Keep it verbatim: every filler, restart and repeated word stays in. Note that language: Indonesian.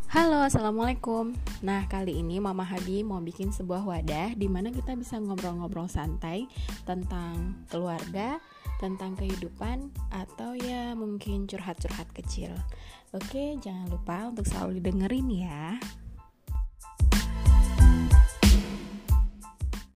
Halo, Assalamualaikum. Nah, kali ini Mama Habi mau bikin sebuah wadah di mana kita bisa ngobrol-ngobrol santai tentang keluarga, tentang kehidupan, atau ya mungkin curhat-curhat kecil. Oke, jangan lupa untuk selalu dengerin ya.